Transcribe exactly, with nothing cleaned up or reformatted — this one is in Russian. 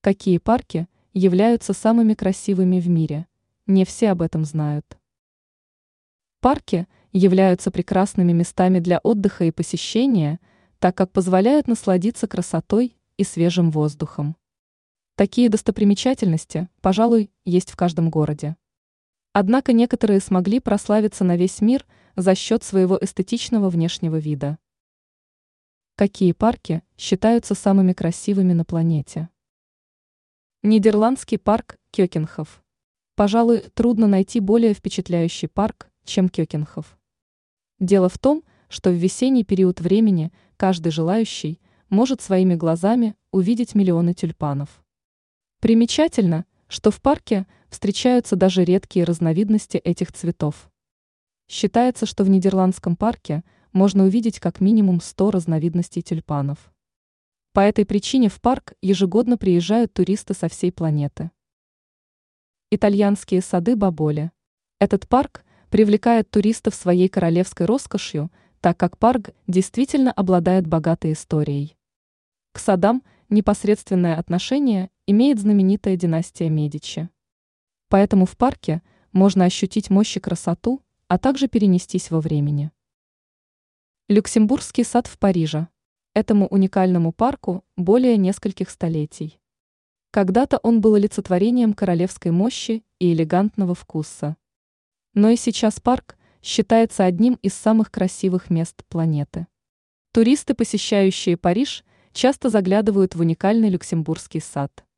Какие парки являются самыми красивыми в мире? Не все об этом знают. Парки являются прекрасными местами для отдыха и посещения, так как позволяют насладиться красотой и свежим воздухом. Такие достопримечательности, пожалуй, есть в каждом городе. Однако некоторые смогли прославиться на весь мир за счет своего эстетичного внешнего вида. Какие парки считаются самыми красивыми на планете? Нидерландский парк Кёкенхоф. Пожалуй, трудно найти более впечатляющий парк, чем Кёкенхоф. Дело в том, что в весенний период времени каждый желающий может своими глазами увидеть миллионы тюльпанов. Примечательно, что в парке встречаются даже редкие разновидности этих цветов. Считается, что в Нидерландском парке можно увидеть как минимум сто разновидностей тюльпанов. По этой причине в парк ежегодно приезжают туристы со всей планеты. Итальянские сады Баболе. Этот парк привлекает туристов своей королевской роскошью, так как парк действительно обладает богатой историей. К садам непосредственное отношение имеет знаменитая династия Медичи. Поэтому в парке можно ощутить мощь и красоту, а также перенестись во времени. Люксембургский сад в Париже. Этому уникальному парку более нескольких столетий. Когда-то он был олицетворением королевской мощи и элегантного вкуса. Но и сейчас парк считается одним из самых красивых мест планеты. Туристы, посещающие Париж, часто заглядывают в уникальный Люксембургский сад.